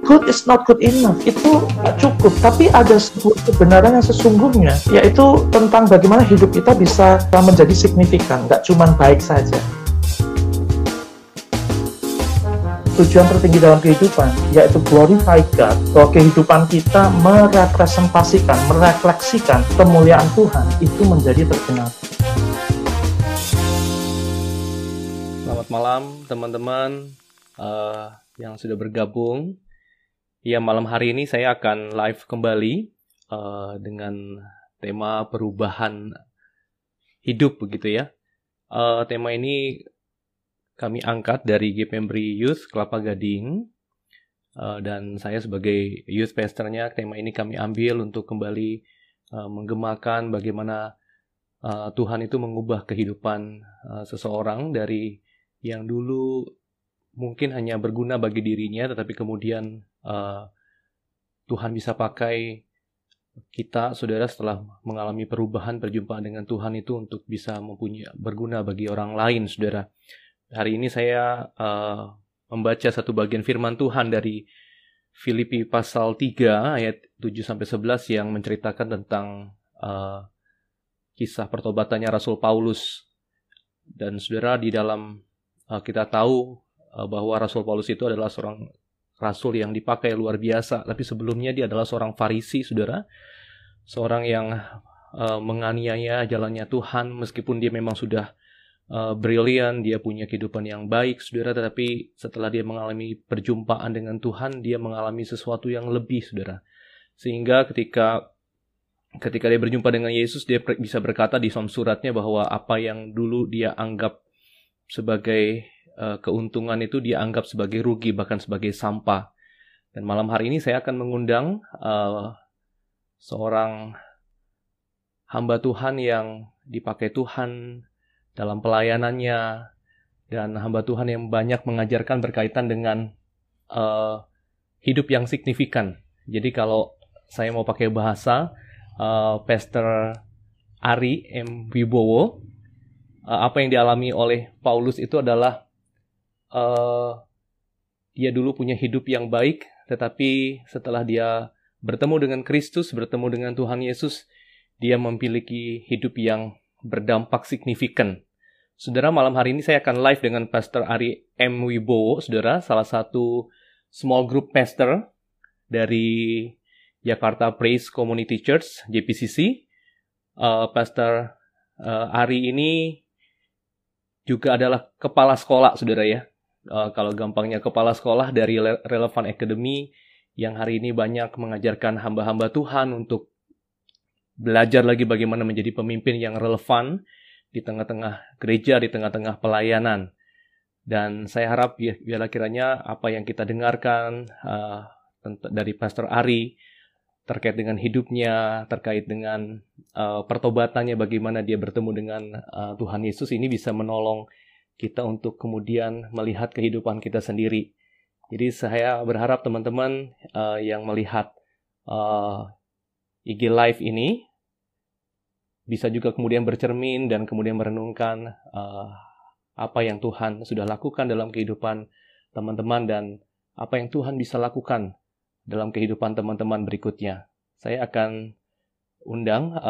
good is not good enough, itu nggak cukup. Tapi ada sebuah kebenaran yang sesungguhnya, yaitu tentang bagaimana hidup kita bisa menjadi signifikan, nggak cuma baik saja. Tujuan tertinggi dalam kehidupan, yaitu glorify God, bahwa kehidupan kita merepresentasikan, merefleksikan kemuliaan Tuhan, itu menjadi tergenapi. Selamat malam teman-teman yang sudah bergabung. Ya, malam hari ini saya akan live kembali dengan tema perubahan hidup begitu ya. Tema ini kami angkat dari GPMBRI Youth Kelapa Gading, dan saya sebagai youth pastornya, tema ini kami ambil untuk kembali menggemakan bagaimana Tuhan itu mengubah kehidupan seseorang dari yang dulu mungkin hanya berguna bagi dirinya, tetapi kemudian Tuhan bisa pakai kita, saudara, setelah mengalami perubahan, perjumpaan dengan Tuhan itu untuk bisa berguna bagi orang lain, saudara. Hari ini saya membaca satu bagian firman Tuhan dari Filipi pasal 3 ayat 7-11 yang menceritakan tentang kisah pertobatannya Rasul Paulus. Dan saudara, di dalam kita tahu bahwa Rasul Paulus itu adalah seorang rasul yang dipakai luar biasa, tapi sebelumnya dia adalah seorang Farisi, saudara. Seorang yang menganiaya jalannya Tuhan, meskipun dia memang sudah brilian, dia punya kehidupan yang baik, saudara, tetapi setelah dia mengalami perjumpaan dengan Tuhan, dia mengalami sesuatu yang lebih, saudara. Sehingga ketika dia berjumpa dengan Yesus, dia bisa berkata di suratnya bahwa apa yang dulu dia anggap sebagai keuntungan itu dia anggap sebagai rugi, bahkan sebagai sampah. Dan malam hari ini saya akan mengundang seorang hamba Tuhan yang dipakai Tuhan dalam pelayanannya, dan hamba Tuhan yang banyak mengajarkan berkaitan dengan hidup yang signifikan. Jadi kalau saya mau pakai bahasa Pastor Ari M. Wibowo, apa yang dialami oleh Paulus itu adalah dia dulu punya hidup yang baik, tetapi setelah dia bertemu dengan Kristus, bertemu dengan Tuhan Yesus, dia memiliki hidup yang berdampak signifikan. Saudara, malam hari ini saya akan live dengan Pastor Ari M. Wibowo, saudara, salah satu small group pastor dari Jakarta Praise Community Church, JPCC. Pastor Ari ini juga adalah kepala sekolah, saudara ya. Kalau gampangnya, kepala sekolah dari Relevant Academy yang hari ini banyak mengajarkan hamba-hamba Tuhan untuk belajar lagi bagaimana menjadi pemimpin yang relevan di tengah-tengah gereja, di tengah-tengah pelayanan. Dan saya harap biarlah kiranya apa yang kita dengarkan dari Pastor Ari terkait dengan hidupnya, terkait dengan pertobatannya, bagaimana dia bertemu dengan Tuhan Yesus, ini bisa menolong kita untuk kemudian melihat kehidupan kita sendiri. Jadi saya berharap teman-teman yang melihat IG Live ini bisa juga kemudian bercermin dan kemudian merenungkan apa yang Tuhan sudah lakukan dalam kehidupan teman-teman dan apa yang Tuhan bisa lakukan dalam kehidupan teman-teman berikutnya. Saya akan undang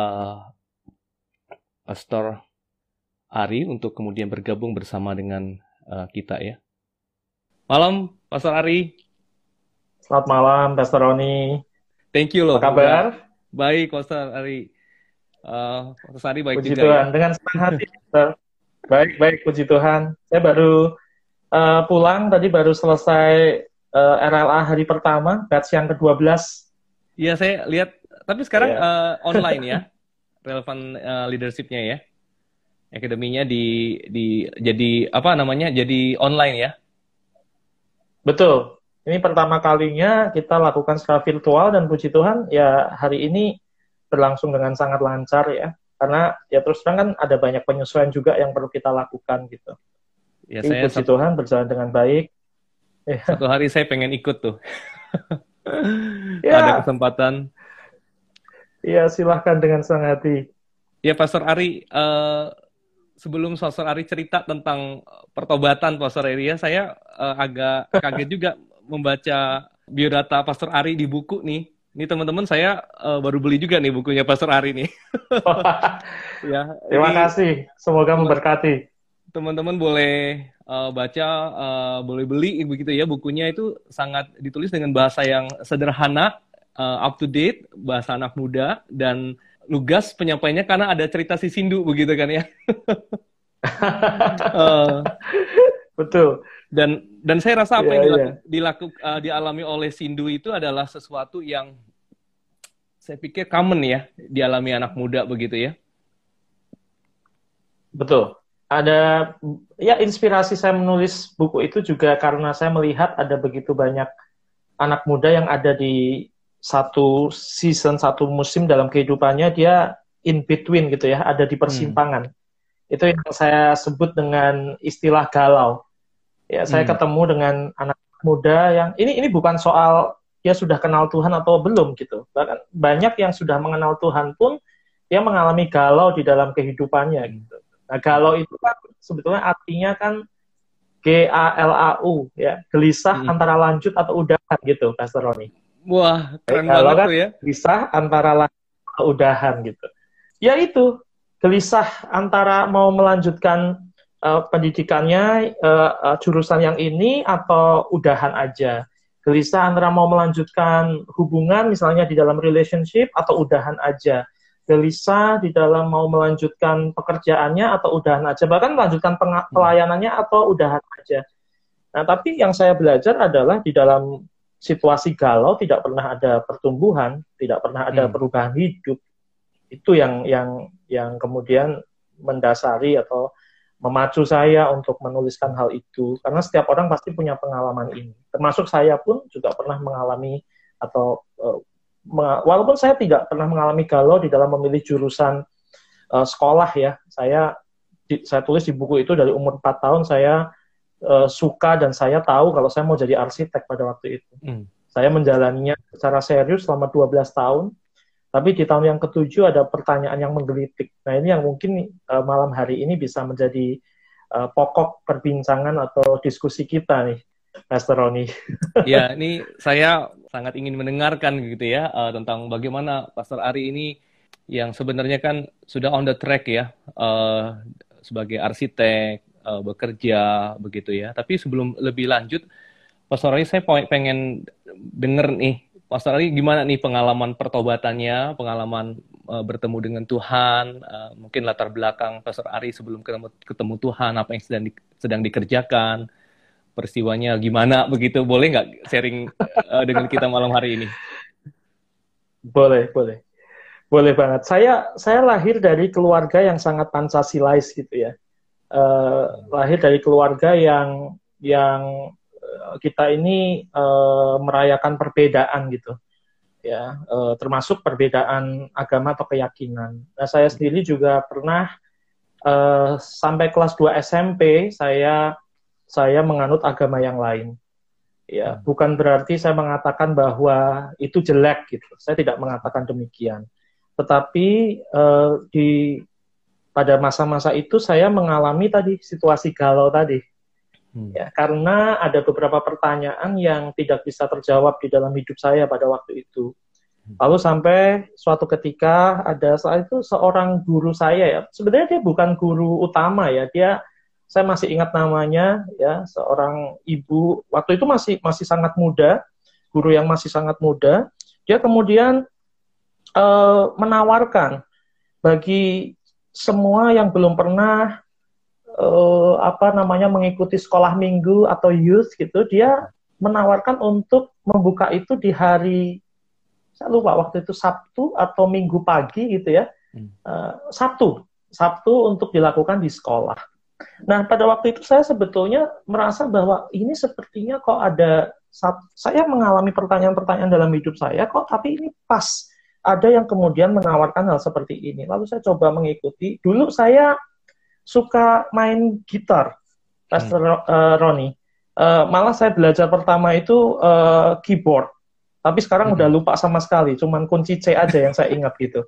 Pastor Ari untuk kemudian bergabung bersama dengan kita ya. Malam, Pastor Ari. Selamat malam, Pastor Roni. Thank you loh. Apa kabar? Baik, Pastor Ari. Pastor Ari baik puji juga Tuhan. ya. Dengan senang hati. Baik, puji Tuhan. Saya baru pulang, tadi baru selesai RLA hari pertama, batch yang ke-12. Iya, saya lihat. Tapi sekarang online ya, Relevant Leadership-nya ya. Akademinya jadi apa namanya? Jadi online ya. Betul. Ini pertama kalinya kita lakukan secara virtual dan puji Tuhan ya hari ini berlangsung dengan sangat lancar ya. Karena ya terus terang kan ada banyak penyesuaian juga yang perlu kita lakukan gitu. Ya, jadi puji Tuhan berjalan dengan baik. Satu hari saya pengen ikut tuh. Ada kesempatan. Iya, silahkan dengan senang hati. Ya, Pastor Ari, sebelum Pastor Ari cerita tentang pertobatan Pastor Ari, saya agak kaget juga membaca biodata Pastor Ari di buku nih. Ini teman-teman saya baru beli juga nih bukunya Pastor Ari nih. Ya, Terima ini kasih. Semoga memberkati. teman-teman boleh baca, boleh beli begitu ya. Bukunya itu sangat ditulis dengan bahasa yang sederhana, up to date, bahasa anak muda, dan lugas penyampaiannya karena ada cerita si Sindu begitu kan ya. Eh, Betul. dan saya rasa apa Iya, yang iya. dialami oleh Sindu itu adalah sesuatu yang saya pikir common ya dialami anak muda begitu ya. Betul. Ada ya inspirasi saya menulis buku itu juga karena saya melihat ada begitu banyak anak muda yang ada di satu season, satu musim dalam kehidupannya dia in between gitu ya, ada di persimpangan. Itu yang saya sebut dengan istilah galau. Ya, saya ketemu dengan anak muda yang ini bukan soal dia sudah kenal Tuhan atau belum gitu. Bahkan banyak yang sudah mengenal Tuhan pun dia mengalami galau di dalam kehidupannya gitu. Nah, galau itu kan sebetulnya artinya kan GALAU ya, gelisah antara lanjut atau udahan gitu, Pastor Roni. Wah, keren Galau banget kan tuh ya. gelisah antara lanjut atau udahan gitu. Ya itu, gelisah antara mau melanjutkan pendidikannya jurusan yang ini atau udahan aja. Gelisah antara mau melanjutkan hubungan misalnya di dalam relationship atau udahan aja. Gelisah di dalam mau melanjutkan pekerjaannya atau udahan aja. Bahkan melanjutkan pelayanannya atau udahan aja. Nah, tapi yang saya belajar adalah di dalam situasi galau tidak pernah ada pertumbuhan, tidak pernah ada perubahan hidup. Itu yang kemudian mendasari atau memacu saya untuk menuliskan hal itu. Karena setiap orang pasti punya pengalaman ini. Termasuk saya pun juga pernah mengalami atau walaupun saya tidak pernah mengalami galau di dalam memilih jurusan sekolah ya. Saya tulis di buku itu dari umur 4 tahun saya suka dan saya tahu kalau saya mau jadi arsitek pada waktu itu. Saya menjalaninya secara serius selama 12 tahun. Tapi di tahun yang ketujuh ada pertanyaan yang menggelitik. Nah ini yang mungkin malam hari ini bisa menjadi pokok perbincangan atau diskusi kita nih, Pastor Roni. Ya, ini saya sangat ingin mendengarkan gitu ya tentang bagaimana Pastor Ari ini yang sebenarnya kan sudah on the track ya sebagai arsitek bekerja begitu ya. Tapi sebelum lebih lanjut, Pastor Ari saya pengen denger nih, Pastor Ari gimana nih pengalaman pertobatannya, pengalaman bertemu dengan Tuhan, mungkin latar belakang Pastor Ari sebelum ketemu Tuhan, apa yang sedang dikerjakan. Peristiwanya gimana begitu, boleh nggak sharing dengan kita malam hari ini? Boleh banget. Saya lahir dari keluarga yang sangat Pancasilais gitu ya. Lahir dari keluarga yang kita ini merayakan perbedaan gitu ya, termasuk perbedaan agama atau keyakinan. Nah saya sendiri juga pernah sampai kelas 2 SMP saya menganut agama yang lain. Ya, bukan berarti saya mengatakan bahwa itu jelek gitu. Saya tidak mengatakan demikian. Tetapi pada masa-masa itu saya mengalami tadi situasi galau tadi. Ya, karena ada beberapa pertanyaan yang tidak bisa terjawab di dalam hidup saya pada waktu itu. Lalu sampai suatu ketika ada saat itu seorang guru saya ya. Sebenarnya dia bukan guru utama ya. Saya masih ingat namanya ya, seorang ibu waktu itu masih sangat muda, guru yang masih sangat muda. Dia kemudian menawarkan bagi semua yang belum pernah mengikuti sekolah minggu atau youth gitu, dia menawarkan untuk membuka itu di hari, saya lupa waktu itu Sabtu atau Minggu pagi gitu ya, Sabtu untuk dilakukan di sekolah. Nah, pada waktu itu saya sebetulnya merasa bahwa ini sepertinya kok ada, saya mengalami pertanyaan-pertanyaan dalam hidup saya, kok tapi ini pas, ada yang kemudian menawarkan hal seperti ini. Lalu saya coba mengikuti. Dulu saya suka main gitar, Pastor Roni. Malah saya belajar pertama itu keyboard. Tapi sekarang udah lupa sama sekali, cuman kunci C aja yang saya ingat gitu.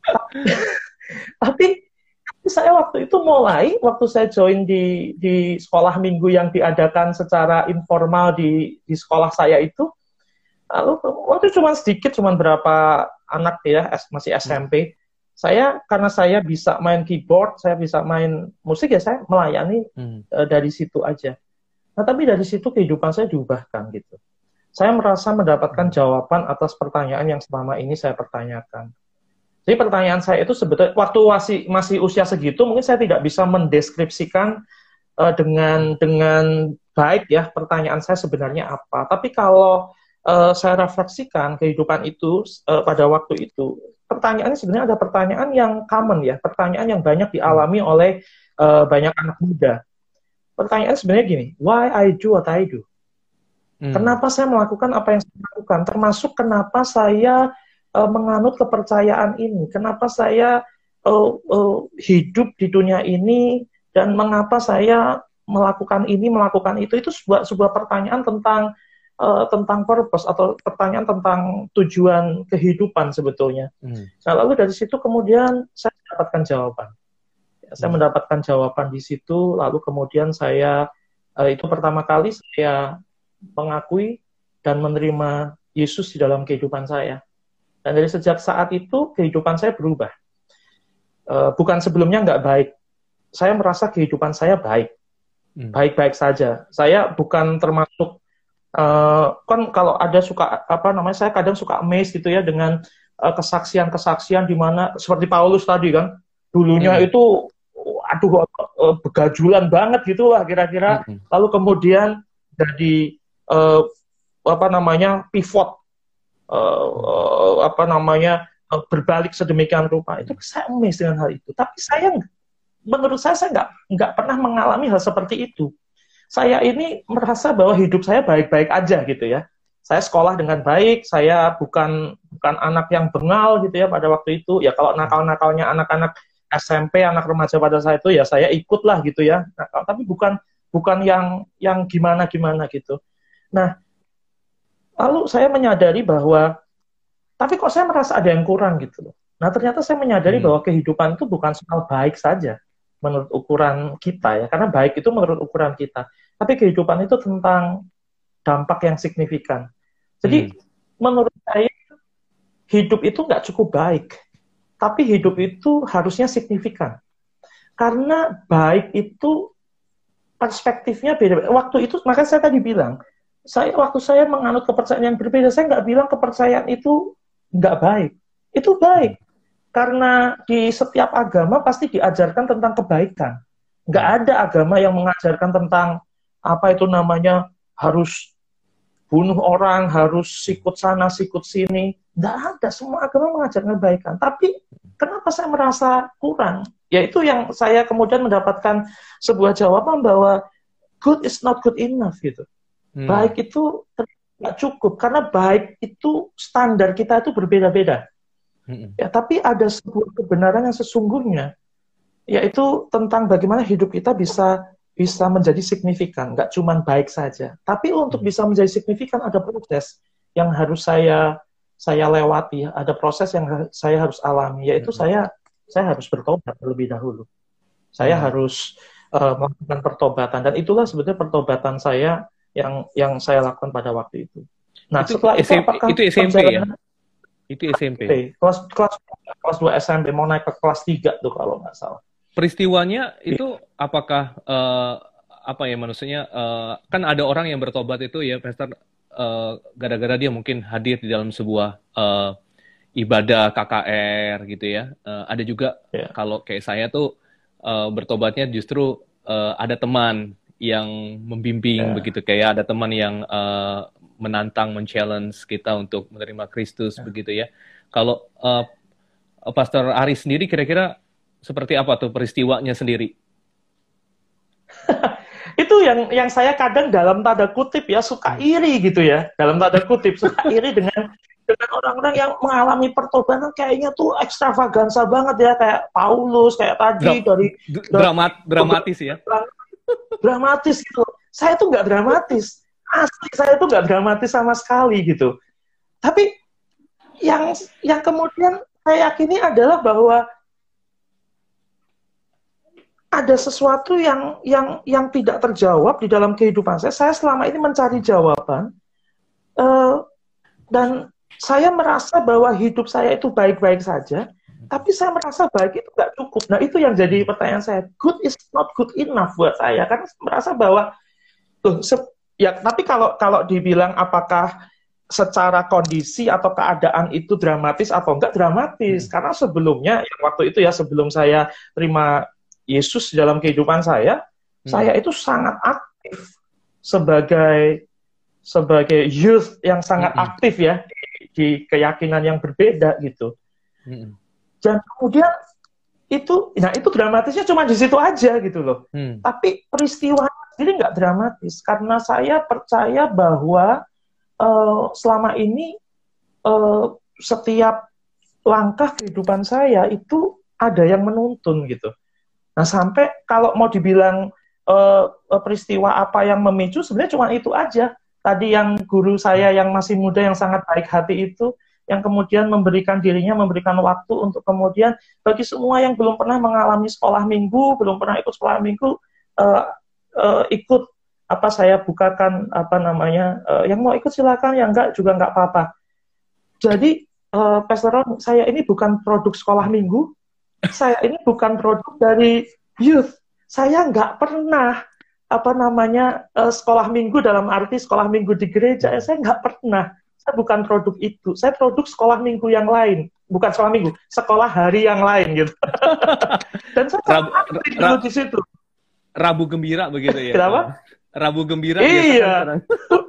Tapi saya waktu itu waktu saya join di sekolah minggu yang diadakan secara informal di sekolah saya itu, Lalu waktu cuma sedikit, cuma berapa anak ya, masih SMP. Karena saya bisa main keyboard, saya bisa main musik ya, saya melayani dari situ aja. Nah, tapi dari situ kehidupan saya diubahkan gitu. Saya merasa mendapatkan jawaban atas pertanyaan yang selama ini saya pertanyakan. Jadi pertanyaan saya itu sebetulnya waktu masih usia segitu mungkin saya tidak bisa mendeskripsikan dengan baik ya pertanyaan saya sebenarnya apa. Tapi kalau saya refleksikan kehidupan itu pada waktu itu, pertanyaannya sebenarnya ada pertanyaan yang common ya, pertanyaan yang banyak dialami oleh banyak anak muda. Pertanyaan sebenarnya gini, why I do what I do? Kenapa saya melakukan apa yang saya lakukan? Termasuk kenapa saya menganut kepercayaan ini? Kenapa saya hidup di dunia ini dan mengapa saya melakukan ini, melakukan itu? Itu sebuah pertanyaan tentang purpose atau pertanyaan tentang tujuan kehidupan sebetulnya. Nah, lalu dari situ kemudian saya mendapatkan jawaban. Saya mendapatkan jawaban di situ, lalu kemudian saya itu pertama kali saya mengakui dan menerima Yesus di dalam kehidupan saya. Dan dari sejak saat itu kehidupan saya berubah. Bukan sebelumnya nggak baik. Saya merasa kehidupan saya baik. Baik-baik saja. Saya bukan termasuk kan kalau ada suka saya kadang suka amazed gitu ya dengan kesaksian-kesaksian di mana seperti Paulus tadi kan dulunya itu begajulan banget gitulah kira-kira, lalu kemudian jadi pivot berbalik sedemikian rupa. Itu saya amazed dengan hal itu. Tapi menurut saya nggak pernah mengalami hal seperti itu. Saya ini merasa bahwa hidup saya baik-baik aja gitu ya. Saya sekolah dengan baik, saya bukan anak yang bengal gitu ya pada waktu itu. Ya kalau nakal-nakalnya anak-anak SMP, anak remaja pada saat itu ya saya ikutlah gitu ya. Tapi bukan yang gimana-gimana gitu. Nah, lalu saya menyadari bahwa tapi kok saya merasa ada yang kurang gitu loh. Nah, ternyata saya menyadari bahwa kehidupan itu bukan soal baik saja menurut ukuran kita ya, karena baik itu menurut ukuran kita. Tapi kehidupan itu tentang dampak yang signifikan. Jadi menurut saya hidup itu nggak cukup baik, tapi hidup itu harusnya signifikan. Karena baik itu perspektifnya beda. Waktu itu, makanya saya tadi bilang, waktu saya menganut kepercayaan yang berbeda, saya nggak bilang kepercayaan itu nggak baik. Itu baik. Karena di setiap agama pasti diajarkan tentang kebaikan. Nggak ada agama yang mengajarkan tentang harus bunuh orang, harus sikut sana, sikut sini. Nggak ada. Semua agama mengajarkan kebaikan. Tapi kenapa saya merasa kurang? Yaitu yang saya kemudian mendapatkan sebuah jawaban bahwa good is not good enough gitu. Baik itu tidak cukup karena baik itu standar kita itu berbeda-beda. Ya, tapi ada sebuah kebenaran yang sesungguhnya, yaitu tentang bagaimana hidup kita bisa menjadi signifikan, nggak cuma baik saja. Tapi untuk bisa menjadi signifikan ada proses yang harus saya lewati, ada proses yang saya harus alami, yaitu saya harus bertobat terlebih dahulu. Saya harus melakukan pertobatan, dan itulah sebetulnya pertobatan saya yang saya lakukan pada waktu itu. Nah, setelah itu apakah itu SMP ya? Itu SMP. Kelas 2 SMP, mau naik ke kelas 3 tuh kalau nggak salah. Peristiwanya itu apakah maksudnya kan ada orang yang bertobat itu ya, Pastor, gara-gara dia mungkin hadir di dalam sebuah ibadah KKR gitu ya. Ada juga kalau kayak saya tuh bertobatnya justru ada teman yang membimbing begitu, kayak ada teman yang menantang, men-challenge kita untuk menerima Kristus begitu ya. Kalau Pastor Aris sendiri kira-kira seperti apa tuh peristiwanya sendiri? Itu yang saya kadang dalam tanda kutip ya suka iri gitu ya, dalam tanda kutip suka iri dengan orang-orang yang mengalami pertobatan kayaknya tuh ekstravagansa banget ya, kayak Paulus, kayak tadi dramatis ya. Dramatis gitu. Saya tuh nggak dramatis. Asli saya tuh nggak dramatis sama sekali gitu. Tapi yang kemudian saya yakini adalah bahwa ada sesuatu yang tidak terjawab di dalam kehidupan saya. Saya selama ini mencari jawaban. Dan saya merasa bahwa hidup saya itu baik-baik saja, tapi saya merasa baik itu nggak cukup. Nah, itu yang jadi pertanyaan saya. Good is not good enough buat saya, karena saya merasa bahwa ya, tapi kalau dibilang apakah secara kondisi atau keadaan itu dramatis atau enggak dramatis, karena sebelumnya yang waktu itu ya, sebelum saya terima Yesus dalam kehidupan saya itu sangat aktif sebagai youth yang sangat aktif ya di keyakinan yang berbeda gitu. Dan kemudian itu dramatisnya cuma di situ aja gitu loh. Tapi peristiwa sendiri nggak dramatis, karena saya percaya bahwa selama ini setiap langkah kehidupan saya itu ada yang menuntun gitu. Nah, sampai kalau mau dibilang peristiwa apa yang memicu, sebenarnya cuma itu aja. Tadi yang guru saya yang masih muda, yang sangat baik hati itu, yang kemudian memberikan waktu untuk kemudian bagi semua yang belum pernah mengalami sekolah minggu, belum pernah ikut sekolah minggu, ikut saya bukakan yang mau ikut silakan, yang enggak juga enggak apa-apa. Jadi Pastor Ron, saya ini bukan produk sekolah minggu, saya ini bukan produk dari youth. Saya enggak pernah sekolah minggu dalam arti sekolah minggu di gereja. Saya enggak pernah. Saya bukan produk itu. Saya produk sekolah minggu yang lain. Bukan sekolah minggu, sekolah hari yang lain gitu. Dan saya aktif di situ. Rabu gembira begitu ya. Kenapa? Rabu gembira. Iya.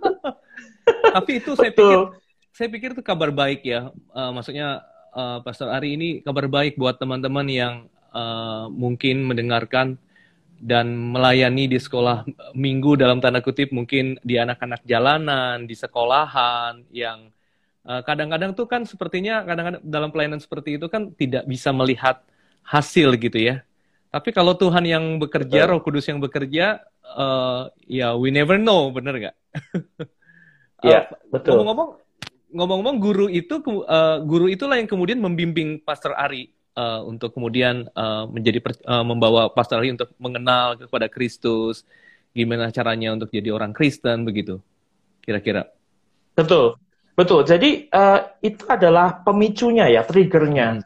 Tapi itu saya pikir itu kabar baik ya. Maksudnya Pastor Ari, ini kabar baik buat teman-teman yang mungkin mendengarkan dan melayani di sekolah minggu dalam tanda kutip, mungkin di anak-anak jalanan, di sekolahan yang kadang-kadang tuh kan sepertinya kadang-kadang dalam pelayanan seperti itu kan tidak bisa melihat hasil gitu ya. Tapi kalau Tuhan yang bekerja, Roh Kudus yang bekerja, ya we never know, bener nggak? Iya, betul. Ngomong-ngomong, guru itulah yang kemudian membimbing Pastor Ari untuk kemudian membawa Pastor Ari untuk mengenal kepada Kristus, gimana caranya untuk jadi orang Kristen begitu, kira-kira. Betul. Jadi itu adalah pemicunya ya, triggernya.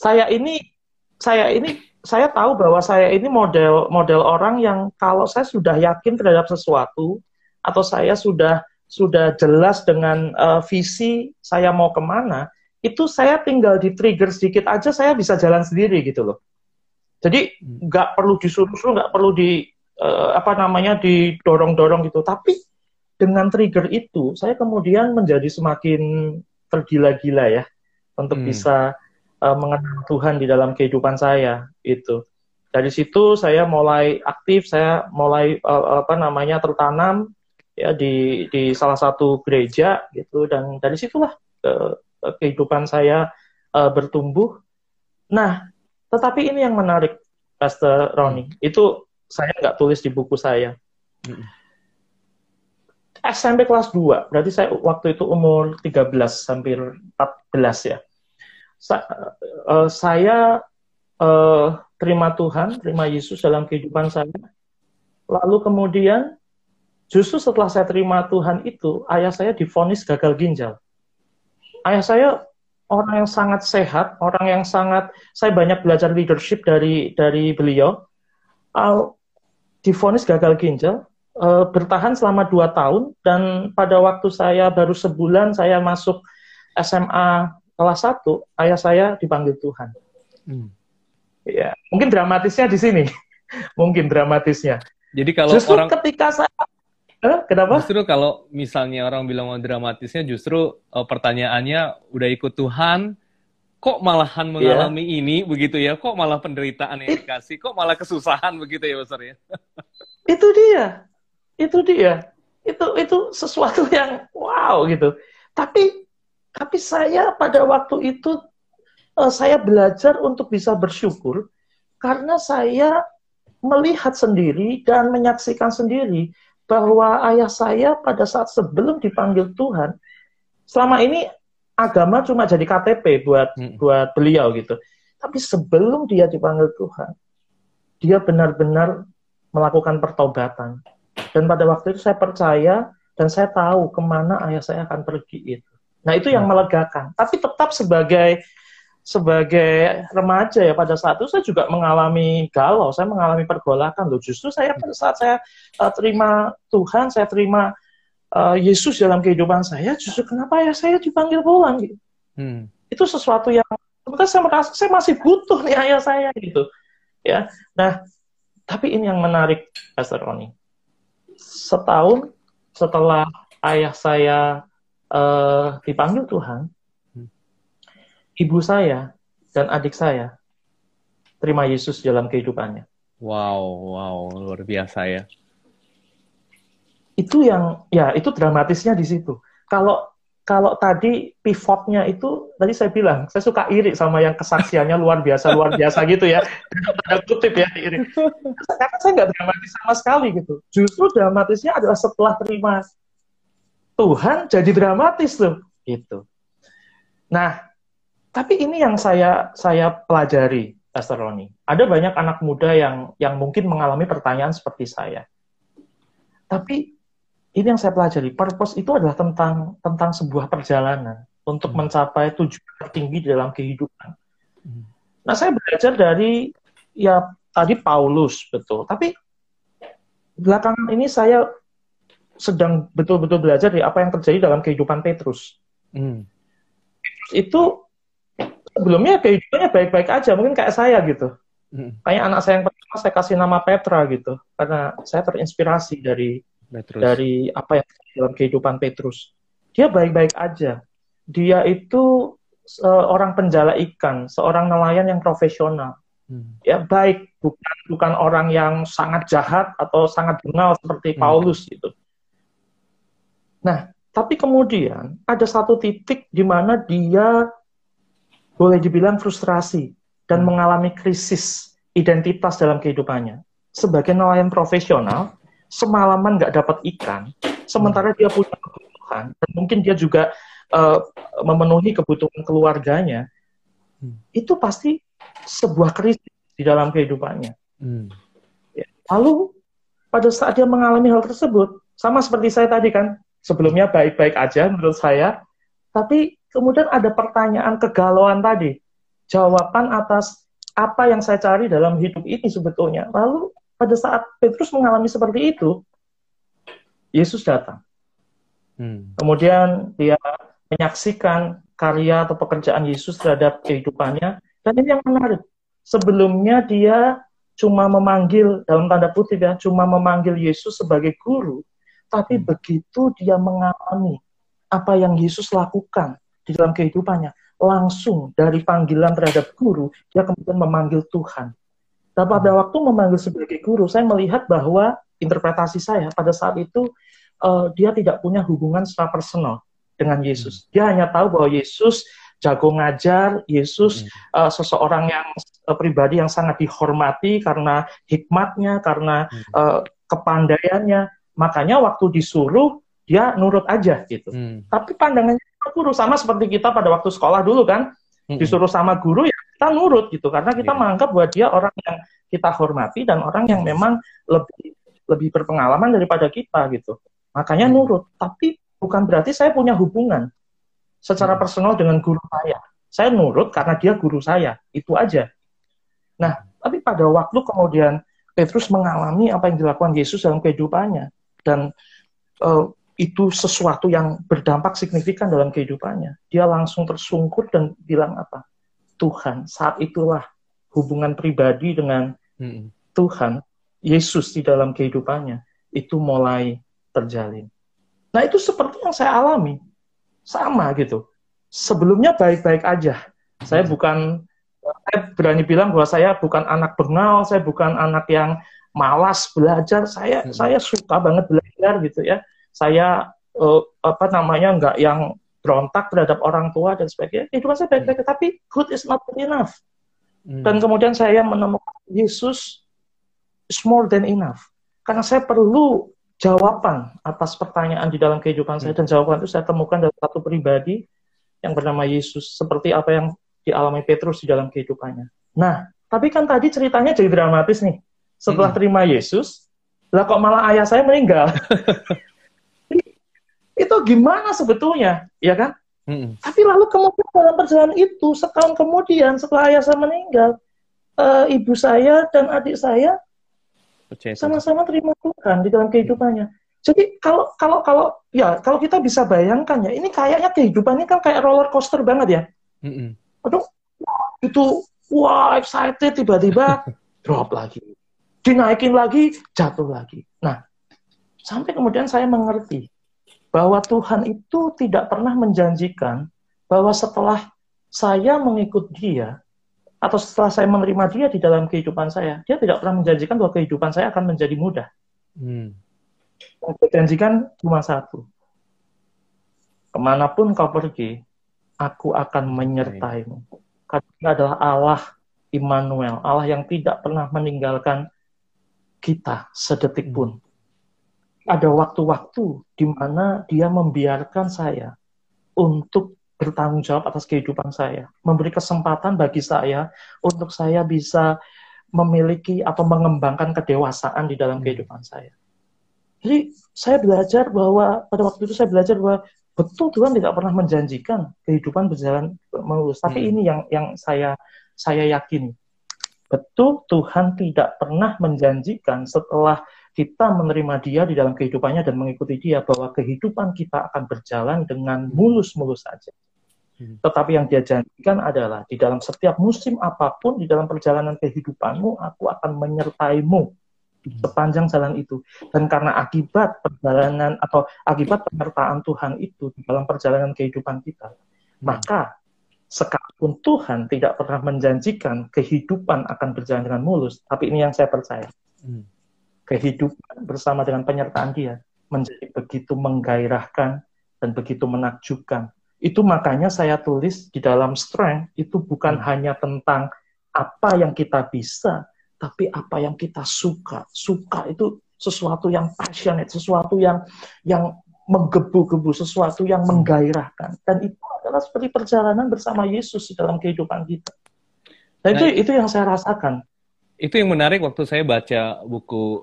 Saya tahu bahwa saya ini model orang yang kalau saya sudah yakin terhadap sesuatu, atau saya sudah jelas dengan visi saya mau kemana, itu saya tinggal di trigger sedikit aja, saya bisa jalan sendiri gitu loh. Jadi nggak perlu disuruh-suruh, nggak perlu didorong-dorong gitu. Tapi dengan trigger itu, saya kemudian menjadi semakin tergila-gila ya untuk bisa mengenal Tuhan di dalam kehidupan saya itu. Dari situ saya mulai aktif, saya mulai tertanam ya di salah satu gereja gitu, dan dari situlah kehidupan saya bertumbuh. Nah, tetapi ini yang menarik, Pastor Ronnie, itu saya nggak tulis di buku saya. SMP kelas 2, berarti saya waktu itu umur 13, hampir 14 ya. Saya terima Tuhan, terima Yesus dalam kehidupan saya. Lalu kemudian, justru setelah saya terima Tuhan itu, ayah saya divonis gagal ginjal. Ayah saya orang yang sangat sehat, orang yang saya banyak belajar leadership dari beliau. Divonis gagal ginjal, bertahan selama 2 tahun, dan pada waktu saya baru sebulan saya masuk SMA kelas 1, ayah saya dipanggil Tuhan. Ya, mungkin dramatisnya di sini. Jadi kalau justru ketika saya kenapa? Justru kalau misalnya orang bilang dramatisnya, justru pertanyaannya udah ikut Tuhan, kok malahan mengalami ini begitu ya? Kok malah penderitaan yang dikasih? Kok malah kesusahan begitu ya, Pastor ya? Itu dia. Itu sesuatu yang wow gitu. Tapi saya pada waktu itu saya belajar untuk bisa bersyukur karena saya melihat sendiri dan menyaksikan sendiri bahwa ayah saya pada saat sebelum dipanggil Tuhan, selama ini agama cuma jadi KTP buat beliau gitu. Tapi sebelum dia dipanggil Tuhan, dia benar-benar melakukan pertobatan. Dan pada waktu itu saya percaya dan saya tahu kemana ayah saya akan pergi itu. Nah, itu yang melegakan. Tapi tetap sebagai remaja ya, pada saat itu saya juga mengalami galau, saya mengalami pergolakan loh. Justru saya pada saat saya terima Tuhan, saya terima Yesus dalam kehidupan saya, justru kenapa ya saya dipanggil pulang gitu. Itu sesuatu yang sebenarnya saya merasa saya masih butuh nih ayah saya gitu. Ya. Nah, tapi ini yang menarik, Pastor Roni. Setahun setelah ayah saya dipanggil Tuhan, ibu saya dan adik saya terima Yesus dalam kehidupannya. Wow, luar biasa ya. Itu itu dramatisnya di situ. Kalau tadi pivotnya itu, tadi saya bilang, saya suka iri sama yang kesaksiannya luar biasa gitu ya. Tanda kutip ya, iri. Karena saya nggak dramatis sama sekali gitu. Justru dramatisnya adalah setelah terima Tuhan jadi dramatis tuh, gitu. Nah, tapi ini yang saya pelajari, Pastor Roni. Ada banyak anak muda yang mungkin mengalami pertanyaan seperti saya. Tapi ini yang saya pelajari, purpose itu adalah tentang sebuah perjalanan untuk mencapai tujuan tertinggi dalam kehidupan. Nah, saya belajar dari tadi Paulus, betul. Tapi belakangan ini saya sedang betul-betul belajar dari apa yang terjadi dalam kehidupan Petrus. Petrus itu sebelumnya kehidupannya baik-baik aja, mungkin kayak saya gitu. Kayak anak saya yang pertama saya kasih nama Petra gitu, karena saya terinspirasi dari apa yang dalam kehidupan Petrus. Dia baik-baik aja. Dia itu orang penjala ikan, seorang nelayan yang profesional. Ya, baik, bukan orang yang sangat jahat atau sangat bengal seperti Paulus gitu. Nah, tapi kemudian ada satu titik di mana dia boleh dibilang frustrasi dan mengalami krisis identitas dalam kehidupannya. Sebagai nelayan profesional, semalaman nggak dapat ikan, sementara dia punya kebutuhan, dan mungkin dia juga memenuhi kebutuhan keluarganya, itu pasti sebuah krisis di dalam kehidupannya. Ya. Lalu, pada saat dia mengalami hal tersebut, sama seperti saya tadi kan, sebelumnya baik-baik aja menurut saya, tapi kemudian ada pertanyaan kegalauan tadi, jawaban atas apa yang saya cari dalam hidup ini sebetulnya. Lalu, pada saat Petrus mengalami seperti itu, Yesus datang. Kemudian dia menyaksikan karya atau pekerjaan Yesus terhadap kehidupannya. Dan ini yang menarik. Sebelumnya dia cuma memanggil, dalam tanda kutip ya, cuma memanggil Yesus sebagai guru. Tapi begitu dia mengalami apa yang Yesus lakukan di dalam kehidupannya, langsung dari panggilan terhadap guru, dia kemudian memanggil Tuhan. Dan pada waktu memanggil sebagai guru, saya melihat bahwa interpretasi saya pada saat itu dia tidak punya hubungan secara personal dengan Yesus. Dia hanya tahu bahwa Yesus jago ngajar, Yesus seseorang yang pribadi yang sangat dihormati karena hikmatnya, karena kepandaiannya. Makanya waktu disuruh, dia nurut aja gitu. Tapi pandangannya guru sama seperti kita pada waktu sekolah dulu kan, disuruh sama guru ya kita nurut gitu, karena kita menganggap bahwa dia orang yang kita hormati dan orang yang memang lebih berpengalaman daripada kita gitu. Makanya nurut. Tapi bukan berarti saya punya hubungan secara personal dengan guru saya. Saya nurut karena dia guru saya, itu aja. Nah, tapi pada waktu kemudian Petrus mengalami apa yang dilakukan Yesus dalam kehidupannya, dan itu sesuatu yang berdampak signifikan dalam kehidupannya. Dia langsung tersungkur dan bilang apa? Tuhan, saat itulah hubungan pribadi dengan Tuhan, Yesus di dalam kehidupannya, itu mulai terjalin. Nah, itu seperti yang saya alami. Sama gitu. Sebelumnya baik-baik aja. Saya berani bilang bahwa saya bukan anak bengal, saya bukan anak yang malas belajar, saya suka banget belajar gitu ya. Saya nggak yang berontak terhadap orang tua dan sebagainya. Kehidupan saya baik-baik, tapi good is not good enough. Dan kemudian saya menemukan Yesus is more than enough. Karena saya perlu jawaban atas pertanyaan di dalam kehidupan saya, dan jawaban itu saya temukan dalam satu pribadi yang bernama Yesus, seperti apa yang dialami Petrus di dalam kehidupannya. Nah, tapi kan tadi ceritanya jadi dramatis nih. Setelah terima Yesus, lah kok malah ayah saya meninggal. Itu gimana sebetulnya, ya kan? Tapi lalu kemudian dalam perjalanan itu, setahun kemudian setelah ayah saya meninggal, ibu saya dan adik saya sama-sama terima Tuhan di dalam kehidupannya. Jadi kalau kita bisa bayangkan ya, ini kayaknya kehidupan ini kan kayak roller coaster banget ya. Aduh, itu wah excited, tiba-tiba drop lagi, dinaikin lagi, jatuh lagi. Nah, sampai kemudian saya mengerti bahwa Tuhan itu tidak pernah menjanjikan bahwa setelah saya mengikut Dia atau setelah saya menerima Dia di dalam kehidupan saya, Dia tidak pernah menjanjikan bahwa kehidupan saya akan menjadi mudah. Yang dijanjikan cuma satu. Kemanapun kau pergi, aku akan menyertaimu. Karena Dia adalah Allah Immanuel, Allah yang tidak pernah meninggalkan kita sedetik pun. Ada waktu-waktu di mana Dia membiarkan saya untuk bertanggung jawab atas kehidupan saya, memberi kesempatan bagi saya untuk saya bisa memiliki atau mengembangkan kedewasaan di dalam kehidupan saya. Jadi saya belajar bahwa pada waktu itu saya belajar bahwa betul Tuhan tidak pernah menjanjikan kehidupan berjalan mulus. Tapi ini yang saya yakini. Betul Tuhan tidak pernah menjanjikan setelah kita menerima Dia di dalam kehidupannya dan mengikuti Dia bahwa kehidupan kita akan berjalan dengan mulus-mulus saja. Tetapi yang Dia janjikan adalah di dalam setiap musim apapun di dalam perjalanan kehidupanmu, aku akan menyertaimu sepanjang jalan itu. Dan karena akibat perjalanan atau akibat penyertaan Tuhan itu di dalam perjalanan kehidupan kita, maka sekalipun Tuhan tidak pernah menjanjikan kehidupan akan berjalan dengan mulus, tapi ini yang saya percaya. Kehidupan bersama dengan penyertaan Dia menjadi begitu menggairahkan dan begitu menakjubkan. Itu makanya saya tulis di dalam Strength, itu bukan hanya tentang apa yang kita bisa, tapi apa yang kita suka. Suka itu sesuatu yang passionate, sesuatu yang menggebu-gebu, sesuatu yang menggairahkan. Dan itu adalah seperti perjalanan bersama Yesus di dalam kehidupan kita. Dan itu yang saya rasakan. Itu yang menarik waktu saya baca buku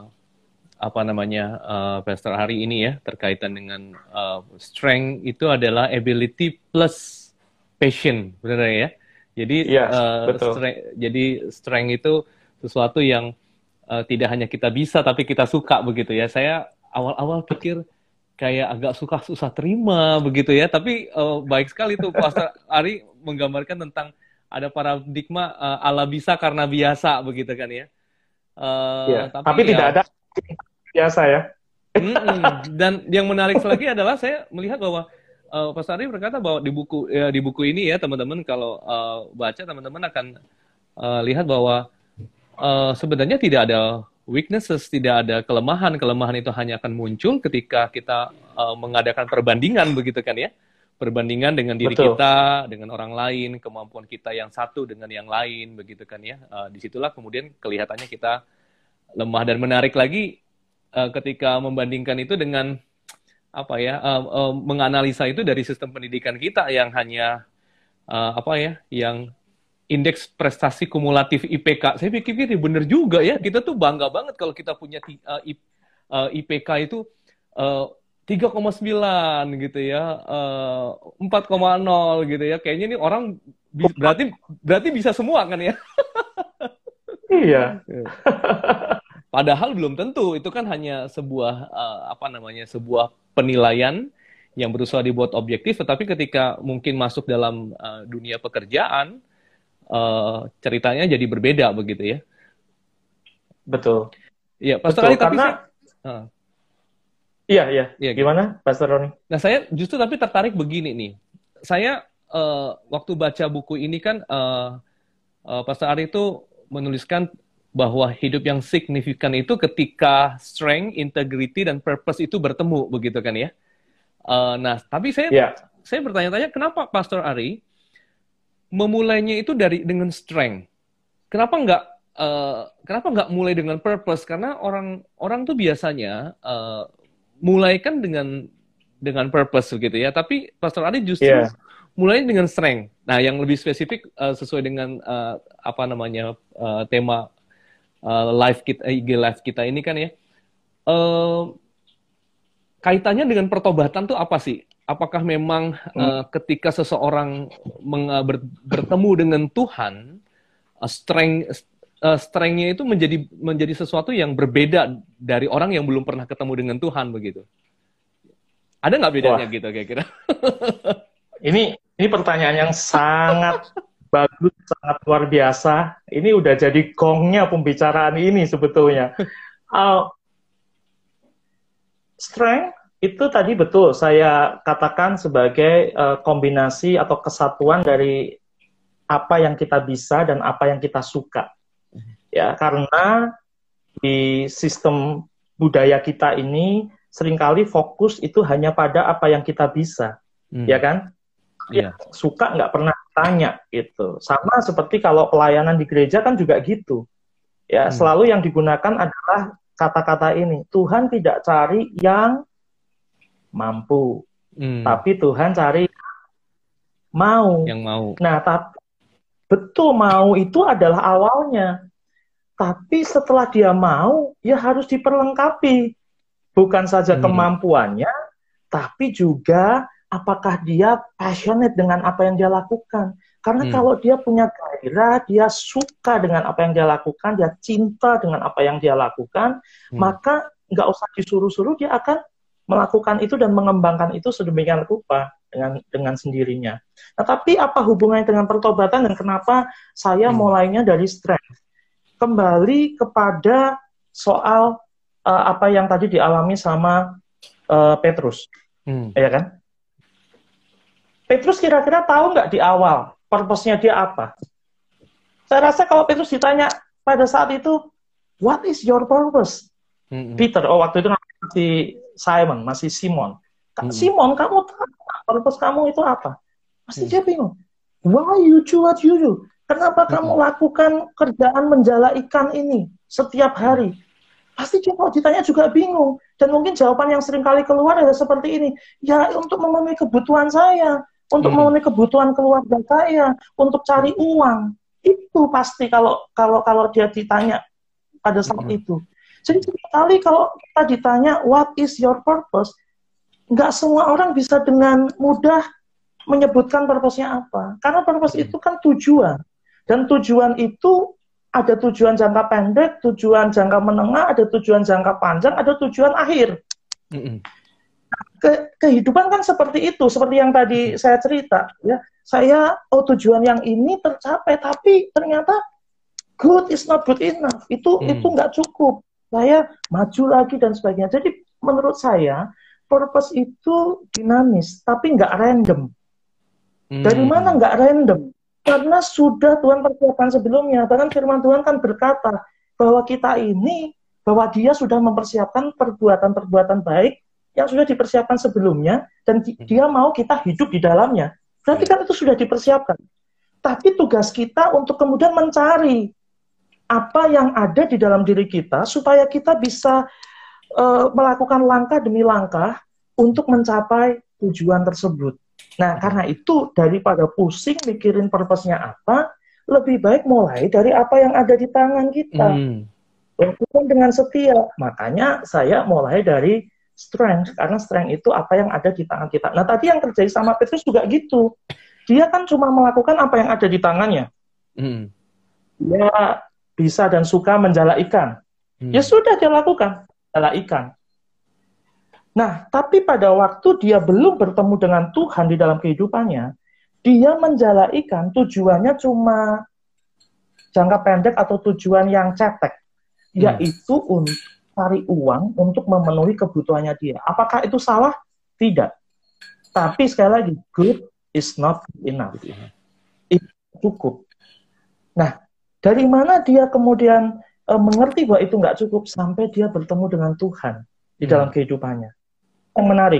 Pastor Ari ini ya, terkaitan dengan strength itu adalah ability plus passion, benar ya? Jadi strength itu sesuatu yang tidak hanya kita bisa tapi kita suka begitu ya. Saya awal-awal pikir kayak agak susah terima begitu ya, tapi baik sekali tuh Pastor Ari menggambarkan tentang ada paradigma ala bisa karena biasa begitu kan ya. Tapi tidak ada biasa ya. Dan yang menarik lagi adalah saya melihat bahwa Pastor Ari berkata bahwa di buku ini ya teman-teman kalau baca teman-teman akan lihat bahwa sebenarnya tidak ada weaknesses, tidak ada kelemahan. Kelemahan itu hanya akan muncul ketika kita mengadakan perbandingan begitu kan ya. Perbandingan dengan diri kita, dengan orang lain, kemampuan kita yang satu dengan yang lain begitu kan ya. Disitulah kemudian kelihatannya kita lemah. Dan menarik lagi ketika membandingkan itu dengan menganalisa itu dari sistem pendidikan kita yang hanya yang indeks prestasi kumulatif IPK. Saya pikir benar juga ya, kita tuh bangga banget kalau kita punya IPK itu 3,9 gitu ya, 4,0 gitu ya. Kayaknya ini orang berarti bisa semua kan ya? Iya. Padahal belum tentu, itu kan hanya sebuah sebuah penilaian yang berusaha dibuat objektif, tetapi ketika mungkin masuk dalam dunia pekerjaan, ceritanya jadi berbeda begitu ya. Betul. Iya, Pastor Ali, tapi Iya. Gimana, Pastor Roni? Nah, saya justru tapi tertarik begini nih. Saya waktu baca buku ini kan, Pastor Ari itu menuliskan bahwa hidup yang signifikan itu ketika strength, integrity, dan purpose itu bertemu, begitu kan ya? Nah, tapi saya bertanya-tanya, kenapa Pastor Ari memulainya itu dengan strength? Kenapa nggak mulai dengan purpose? Karena orang tuh biasanya mulai kan dengan purpose gitu ya. Tapi Pastor Ari justru mulai dengan strength. Nah, yang lebih spesifik sesuai dengan tema IG live kita ini kan ya. Kaitannya dengan pertobatan tuh apa sih? apakah memang ketika seseorang bertemu dengan Tuhan, strength-nya itu menjadi sesuatu yang berbeda dari orang yang belum pernah ketemu dengan Tuhan begitu? Ada nggak bedanya Wah, gitu kira-kira? ini pertanyaan yang sangat bagus, sangat luar biasa. Ini udah jadi gongnya pembicaraan ini sebetulnya. Uh, Strength itu tadi betul saya katakan sebagai kombinasi atau kesatuan dari apa yang kita bisa dan apa yang kita suka. Ya, karena di sistem budaya kita ini seringkali fokus itu hanya pada apa yang kita bisa, ya kan? Ya, suka nggak pernah tanya gitu. Sama seperti kalau pelayanan di gereja kan juga gitu. Ya, selalu yang digunakan adalah kata-kata ini. Tuhan tidak cari yang mampu, tapi Tuhan cari mau. Yang mau. Nah, tapi betul mau itu adalah awalnya. Tapi setelah dia mau, ya harus diperlengkapi. Bukan saja kemampuannya, tapi juga apakah dia passionate dengan apa yang dia lakukan. Karena kalau dia punya gairah, dia suka dengan apa yang dia lakukan, dia cinta dengan apa yang dia lakukan, maka nggak usah disuruh-suruh, dia akan melakukan itu dan mengembangkan itu sedemikian rupa dengan sendirinya. Nah, tapi apa hubungannya dengan pertobatan dan kenapa saya mulainya dari strength? Kembali kepada soal apa yang tadi dialami sama Petrus, ya kan? Petrus kira-kira tahu nggak di awal purpose-nya dia apa? Saya rasa kalau Petrus ditanya pada saat itu, what is your purpose? Peter, waktu itu masih Simon, masih Simon. Simon, kamu tahu purpose kamu itu apa? Pasti dia bingung. Why you do what you do? Kenapa kamu lakukan kerjaan menjala ikan ini setiap hari? Pasti dia kalau ditanya juga bingung. Dan mungkin jawaban yang sering kali keluar adalah seperti ini. Ya, untuk memenuhi kebutuhan saya. Untuk memenuhi kebutuhan keluarga saya. Untuk cari uang. Itu pasti kalau dia ditanya pada saat itu. Jadi sekali kalau kita ditanya, what is your purpose? Nggak semua orang bisa dengan mudah menyebutkan purpose-nya apa. Karena purpose itu kan tujuan. Dan tujuan itu ada tujuan jangka pendek, tujuan jangka menengah, ada tujuan jangka panjang, ada tujuan akhir. Kehidupan kan seperti itu, seperti yang tadi saya cerita. Ya, saya tujuan yang ini tercapai, tapi ternyata good is not good enough. Itu nggak cukup. Saya maju lagi dan sebagainya. Jadi menurut saya purpose itu dinamis, tapi nggak random. Dari mana nggak random? Karena sudah Tuhan persiapkan sebelumnya. Bahkan firman Tuhan kan berkata bahwa kita ini, bahwa dia sudah mempersiapkan perbuatan-perbuatan baik yang sudah dipersiapkan sebelumnya, dan dia mau kita hidup di dalamnya. Berarti kan itu sudah dipersiapkan. Tapi tugas kita untuk kemudian mencari apa yang ada di dalam diri kita, supaya kita bisa melakukan langkah demi langkah untuk mencapai tujuan tersebut. Nah, karena itu daripada pusing mikirin purpose-nya apa, lebih baik mulai dari apa yang ada di tangan kita. Lakukan dengan setia. Makanya saya mulai dari strength, karena strength itu apa yang ada di tangan kita. Nah, tadi yang terjadi sama Petrus juga gitu. Dia kan cuma melakukan apa yang ada di tangannya. Dia bisa dan suka menjala ikan. Ya sudah dia lakukan, menjala ikan. Nah, tapi pada waktu dia belum bertemu dengan Tuhan di dalam kehidupannya, dia menjala ikan tujuannya cuma jangka pendek atau tujuan yang cetek, yaitu untuk cari uang untuk memenuhi kebutuhannya dia. Apakah itu salah? Tidak. Tapi sekali lagi, good is not enough. Itu cukup. Nah, dari mana dia kemudian mengerti bahwa itu nggak cukup sampai dia bertemu dengan Tuhan di dalam kehidupannya? Yang menarik,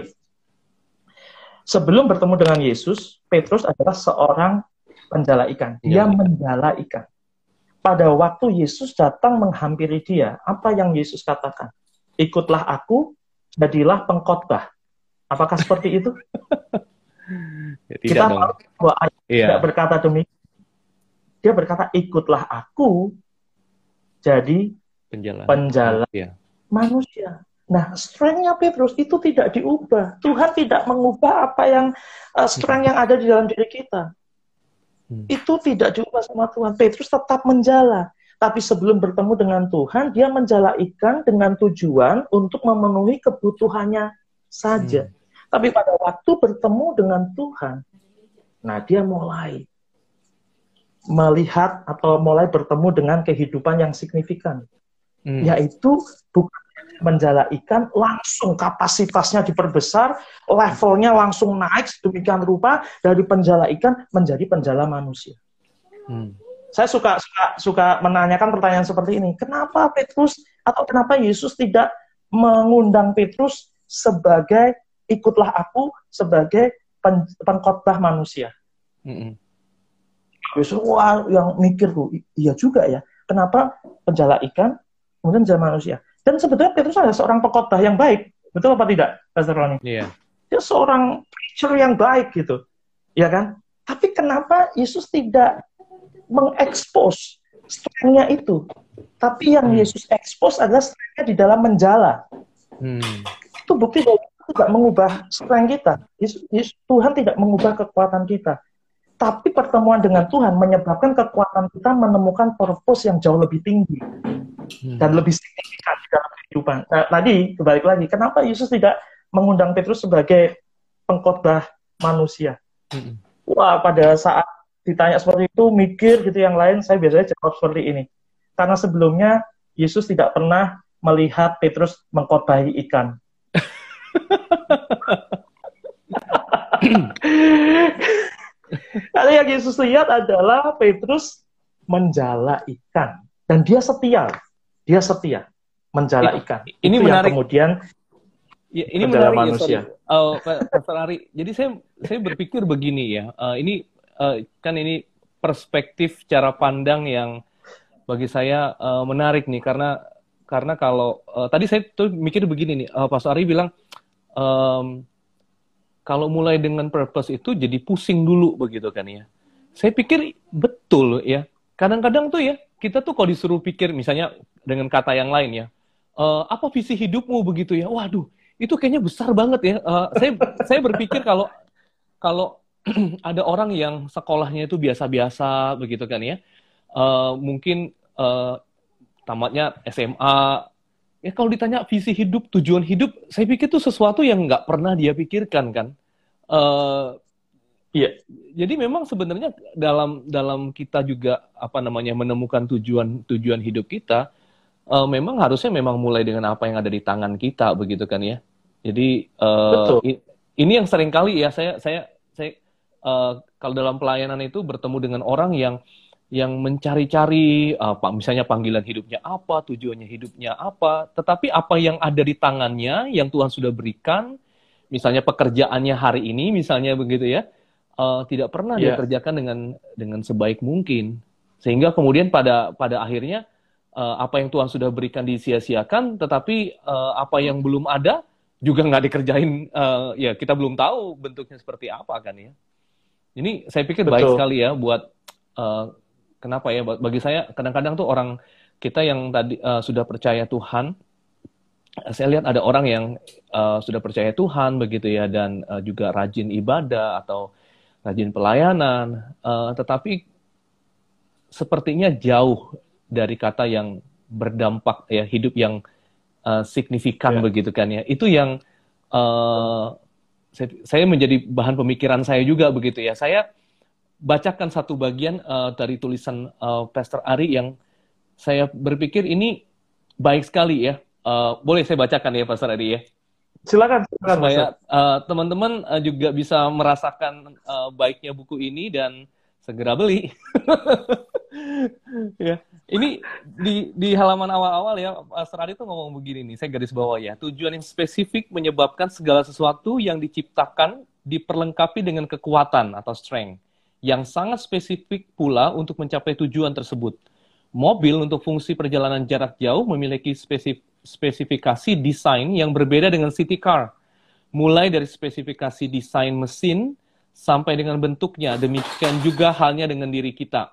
sebelum bertemu dengan Yesus, Petrus adalah seorang penjala ikan. Dia menjala ikan. Pada waktu Yesus datang menghampiri dia, apa yang Yesus katakan? Ikutlah aku, jadilah pengkhotbah. Apakah seperti itu? Ya, kita tahu bahwa ayat tidak berkata demikian. Dia berkata, ikutlah aku, jadi penjala manusia. Nah, strength-nya Petrus itu tidak diubah. Tuhan tidak mengubah apa yang strength yang ada di dalam diri kita. Itu tidak diubah sama Tuhan. Petrus tetap menjala. Tapi sebelum bertemu dengan Tuhan, dia menjala ikan dengan tujuan untuk memenuhi kebutuhannya saja. Tapi pada waktu bertemu dengan Tuhan, nah dia mulai melihat atau mulai bertemu dengan kehidupan yang signifikan. Yaitu bukan menjala ikan, langsung kapasitasnya diperbesar, levelnya langsung naik sedemikian rupa dari penjala ikan menjadi penjala manusia. Saya suka menanyakan pertanyaan seperti ini. Kenapa Petrus atau kenapa Yesus tidak mengundang Petrus sebagai ikutlah aku sebagai pengkhotbah manusia? Yesus yang mikir tuh, iya juga ya. Kenapa penjala ikan kemudian penjala manusia? Dan sebetulnya Petrus adalah seorang pengkhotbah yang baik. Betul apa tidak, Pastor Roni? Iya. Dia seorang preacher yang baik gitu. Ya kan? Tapi kenapa Yesus tidak mengekspos strength-nya itu? Tapi yang Yesus ekspos adalah strength-nya di dalam menjala. Itu bukti bahwa Yesus tidak mengubah strength kita. Tuhan tidak mengubah kekuatan kita. Tapi pertemuan dengan Tuhan menyebabkan kekuatan kita menemukan purpose yang jauh lebih tinggi dan lebih signifikan di dalam kehidupan. Nah, tadi kembali lagi, kenapa Yesus tidak mengundang Petrus sebagai pengkhotbah manusia? Wah, pada saat ditanya seperti itu, mikir gitu yang lain, saya biasanya jawab seperti ini. Karena sebelumnya Yesus tidak pernah melihat Petrus mengkhotbahi ikan. Karena yang Yesus lihat adalah Petrus menjala ikan. Dan dia setia. Dia setia menjala ikan. Ini itu menarik. Yang kemudian ini menarik manusia. Ya, Pastor Ari. Jadi saya berpikir begini ya. Kan ini perspektif cara pandang yang bagi saya menarik nih. Karena kalau tadi saya tuh mikir begini nih. Pastor Ari bilang kalau mulai dengan purpose itu jadi pusing dulu begitu kan ya. Saya pikir betul ya. Kadang-kadang tuh ya, kita tuh kalau disuruh pikir misalnya dengan kata yang lain ya, apa visi hidupmu begitu ya. Waduh, itu kayaknya besar banget ya. Saya berpikir kalau ada orang yang sekolahnya itu biasa-biasa begitu kan ya. Mungkin tamatnya SMA. Ya kalau ditanya visi hidup, tujuan hidup, saya pikir itu sesuatu yang nggak pernah dia pikirkan kan. Iya. Jadi memang sebenarnya dalam kita juga menemukan tujuan hidup kita, memang harusnya memang mulai dengan apa yang ada di tangan kita begitu kan ya. Jadi ini yang sering kali ya saya kalau dalam pelayanan itu bertemu dengan orang yang mencari-cari misalnya panggilan hidupnya apa, tujuannya hidupnya apa, tetapi apa yang ada di tangannya yang Tuhan sudah berikan, misalnya pekerjaannya hari ini misalnya begitu ya, tidak pernah dia kerjakan dengan sebaik mungkin, sehingga kemudian pada akhirnya apa yang Tuhan sudah berikan disia-siakan, tetapi apa yang belum ada juga nggak dikerjain, ya kita belum tahu bentuknya seperti apa kan ya. Ini saya pikir baik sekali ya buat kenapa ya, bagi saya kadang-kadang tuh orang kita yang tadi sudah percaya Tuhan, saya lihat ada orang yang sudah percaya Tuhan begitu ya, dan juga rajin ibadah atau rajin pelayanan, tetapi sepertinya jauh dari kata yang berdampak ya, hidup yang signifikan begitu kan ya. Itu yang saya menjadi bahan pemikiran saya juga begitu ya. Saya bacakan satu bagian dari tulisan Pastor Ari yang saya berpikir ini baik sekali ya. Boleh saya bacakan ya Pastor Ari ya? Silakan. Supaya teman-teman juga bisa merasakan baiknya buku ini dan segera beli. Ya, ini di halaman awal-awal ya, Pastor Ari tuh ngomong begini nih, saya garis bawah ya. Tujuan yang spesifik menyebabkan segala sesuatu yang diciptakan diperlengkapi dengan kekuatan atau strength yang sangat spesifik pula untuk mencapai tujuan tersebut. Mobil untuk fungsi perjalanan jarak jauh memiliki spesifikasi desain yang berbeda dengan city car. Mulai dari spesifikasi desain mesin sampai dengan bentuknya, demikian juga halnya dengan diri kita.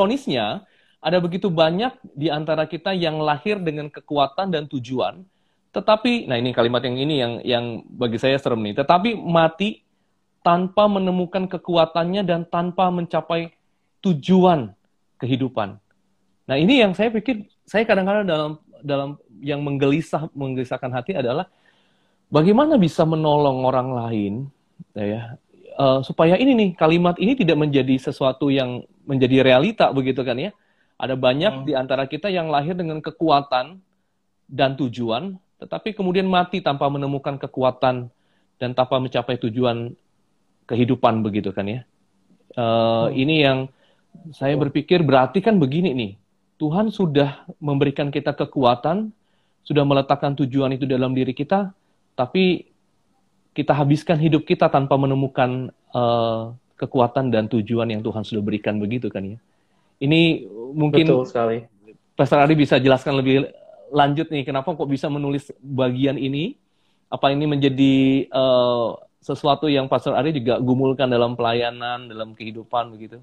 Ironisnya, ada begitu banyak di antara kita yang lahir dengan kekuatan dan tujuan, Tetapi, nah ini kalimat yang ini yang bagi saya serem nih. Tetapi mati tanpa menemukan kekuatannya dan tanpa mencapai tujuan kehidupan. Nah ini yang saya pikir, saya kadang-kadang dalam yang menggelisahkan hati adalah bagaimana bisa menolong orang lain, ya, supaya ini nih kalimat ini tidak menjadi sesuatu yang menjadi realita begitu kan ya. Ada banyak di antara kita yang lahir dengan kekuatan dan tujuan, tetapi kemudian mati tanpa menemukan kekuatan dan tanpa mencapai tujuan kehidupan begitu kan ya. Ini yang saya berpikir berarti kan begini nih, Tuhan sudah memberikan kita kekuatan, sudah meletakkan tujuan itu dalam diri kita, tapi kita habiskan hidup kita tanpa menemukan kekuatan dan tujuan yang Tuhan sudah berikan begitu kan ya. Ini mungkin Betul sekali. Pastor Ari bisa jelaskan lebih lanjut nih, kenapa kok bisa menulis bagian ini? Apa ini menjadi sesuatu yang Pastor Ari juga gumulkan dalam pelayanan, dalam kehidupan begitu?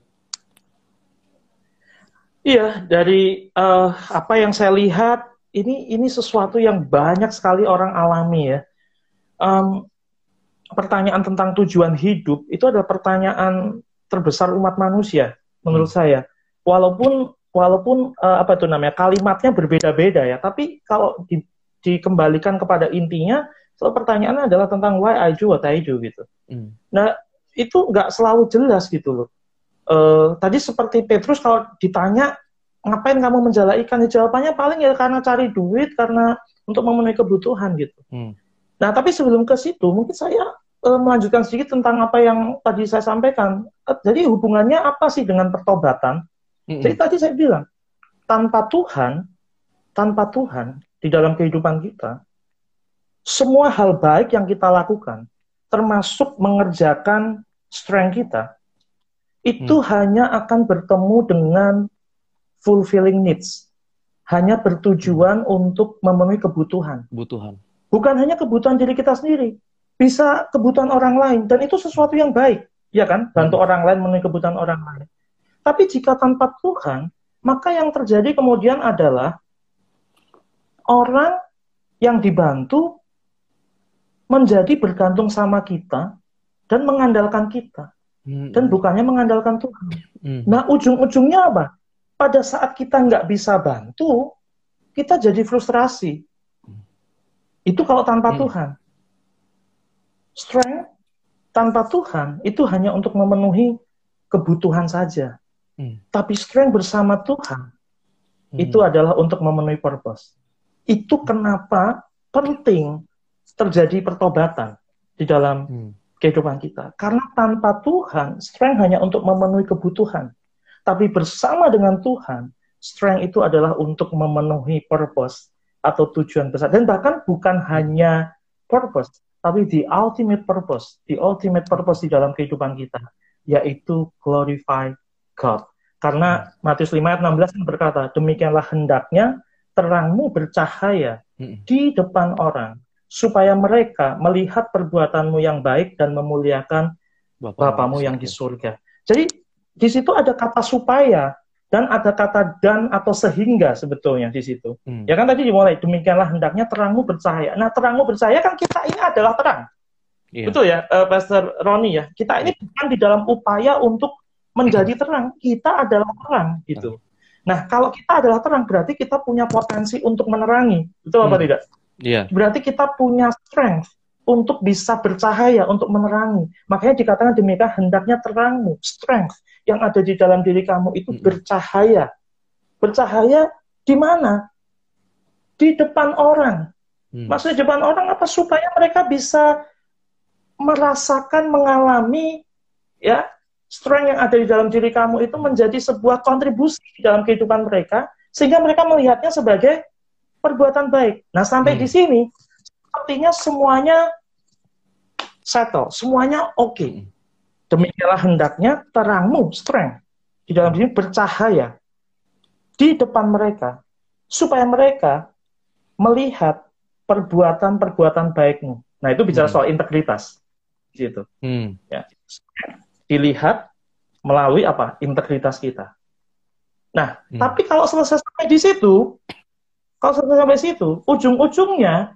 Iya, dari apa yang saya lihat, ini sesuatu yang banyak sekali orang alami ya. Pertanyaan tentang tujuan hidup itu adalah pertanyaan terbesar umat manusia menurut saya. Walaupun apa itu namanya, kalimatnya berbeda-beda ya, tapi kalau dikembalikan kepada intinya, pertanyaannya adalah tentang why I do what I do gitu. Nah, itu nggak selalu jelas gitu loh. Tadi seperti Petrus kalau ditanya ngapain kamu menjala ikan, jawabannya paling ya karena cari duit, karena untuk memenuhi kebutuhan gitu. Nah, tapi sebelum ke situ mungkin saya melanjutkan sedikit tentang apa yang tadi saya sampaikan. Jadi hubungannya apa sih dengan pertobatan? Jadi tadi saya bilang tanpa Tuhan di dalam kehidupan kita, semua hal baik yang kita lakukan, termasuk mengerjakan strength kita, itu hanya akan bertemu dengan fulfilling needs. Hanya bertujuan untuk memenuhi kebutuhan. Bukan hanya kebutuhan diri kita sendiri. Bisa kebutuhan orang lain. Dan itu sesuatu yang baik. Ya kan? Bantu orang lain memenuhi kebutuhan orang lain. Tapi jika tanpa Tuhan, maka yang terjadi kemudian adalah orang yang dibantu menjadi bergantung sama kita dan mengandalkan kita. Dan bukannya mengandalkan Tuhan. Nah, ujung-ujungnya apa? Pada saat kita nggak bisa bantu, kita jadi frustrasi. Itu kalau tanpa Tuhan. Strength tanpa Tuhan itu hanya untuk memenuhi kebutuhan saja. Tapi strength bersama Tuhan itu adalah untuk memenuhi purpose. Itu kenapa penting terjadi pertobatan di dalam kehidupan kita. Karena tanpa Tuhan, strength hanya untuk memenuhi kebutuhan. Tapi bersama dengan Tuhan, strength itu adalah untuk memenuhi purpose atau tujuan besar. Dan bahkan bukan hanya purpose, tapi the ultimate purpose di dalam kehidupan kita, yaitu glorify God. Karena Matius 5 ayat 16 berkata, demikianlah hendaknya terangmu bercahaya di depan orang, supaya mereka melihat perbuatanmu yang baik dan memuliakan Bapamu yang di surga. Jadi di situ ada kata supaya dan ada kata dan atau sehingga sebetulnya di situ. Ya kan tadi dimulai demikianlah hendaknya terangmu bercahaya. Nah, terangmu bercahaya kan kita ini adalah terang. Betul ya, Pastor Roni ya. Kita ini bukan di dalam upaya untuk menjadi terang, kita adalah terang gitu. Nah, kalau kita adalah terang berarti kita punya potensi untuk menerangi. Betul apa tidak? Berarti kita punya strength untuk bisa bercahaya, untuk menerangi. Makanya dikatakan demikian hendaknya terangmu, strength yang ada di dalam diri kamu itu bercahaya. Bercahaya di mana? Di depan orang. Maksudnya di depan orang apa? Supaya mereka bisa merasakan, mengalami ya strength yang ada di dalam diri kamu itu menjadi sebuah kontribusi di dalam kehidupan mereka, sehingga mereka melihatnya sebagai perbuatan baik. Nah, sampai di sini sepertinya semuanya settle, semuanya oke. Demikianlah hendaknya terangmu, strength, di dalam diri bercahaya di depan mereka, supaya mereka melihat perbuatan-perbuatan baikmu. Nah, itu bicara soal integritas. Gitu. Ya. Dilihat melalui apa? Integritas kita. Nah, tapi kalau selesai sampai di situ, ujung-ujungnya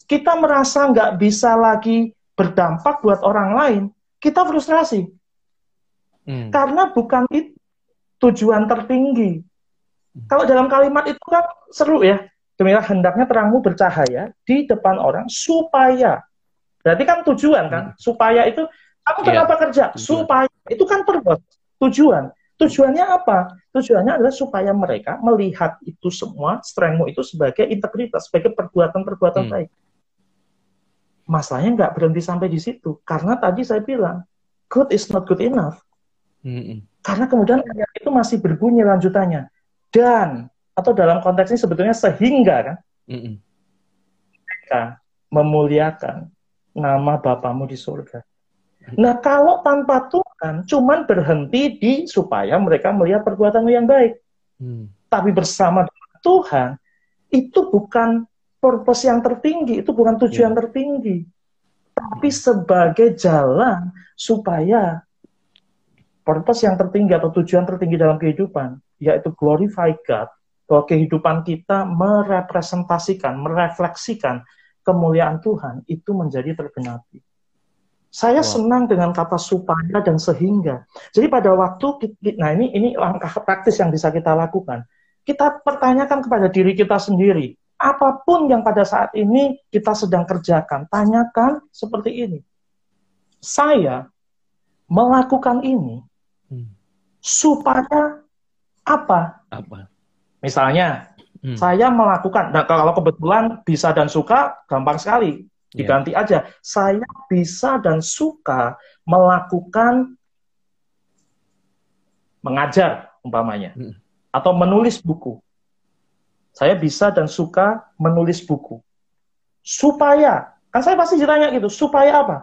kita merasa nggak bisa lagi berdampak buat orang lain, kita frustrasi. Karena bukan itu tujuan tertinggi. Kalau dalam kalimat itu kan seru ya. Demikian hendaknya terangmu bercahaya di depan orang supaya. Berarti kan tujuan kan. Supaya itu, kamu kenapa kerja? Supaya. Itu kan purpose. Tujuan. Tujuannya apa? Tujuannya adalah supaya mereka melihat itu semua, strengthmu itu sebagai integritas, sebagai perbuatan-perbuatan baik. Masalahnya nggak berhenti sampai di situ. Karena tadi saya bilang, good is not good enough. Karena kemudian ayat itu masih berbunyi lanjutannya. Dan, atau dalam konteks ini sebetulnya sehingga kan, mereka memuliakan nama Bapamu di surga. Nah, kalau tanpa Tuhan, cuman berhenti di supaya mereka melihat perbuatanmu yang baik. Tapi bersama dengan Tuhan, itu bukan purpose yang tertinggi, itu bukan tujuan tertinggi. Tapi sebagai jalan supaya purpose yang tertinggi atau tujuan tertinggi dalam kehidupan, yaitu glorify God, bahwa kehidupan kita merepresentasikan, merefleksikan kemuliaan Tuhan, itu menjadi tergenapi. Saya senang dengan kata supaya dan sehingga. Jadi pada waktu, nah ini langkah praktis yang bisa kita lakukan. Kita pertanyakan kepada diri kita sendiri, apapun yang pada saat ini kita sedang kerjakan, tanyakan seperti ini. Saya melakukan ini supaya apa? Misalnya, saya melakukan, nah kalau kebetulan bisa dan suka, gampang sekali. Diganti aja. Saya bisa dan suka melakukan mengajar, umpamanya. Atau menulis buku. Saya bisa dan suka menulis buku. Supaya, kan saya pasti ditanya gitu, supaya apa?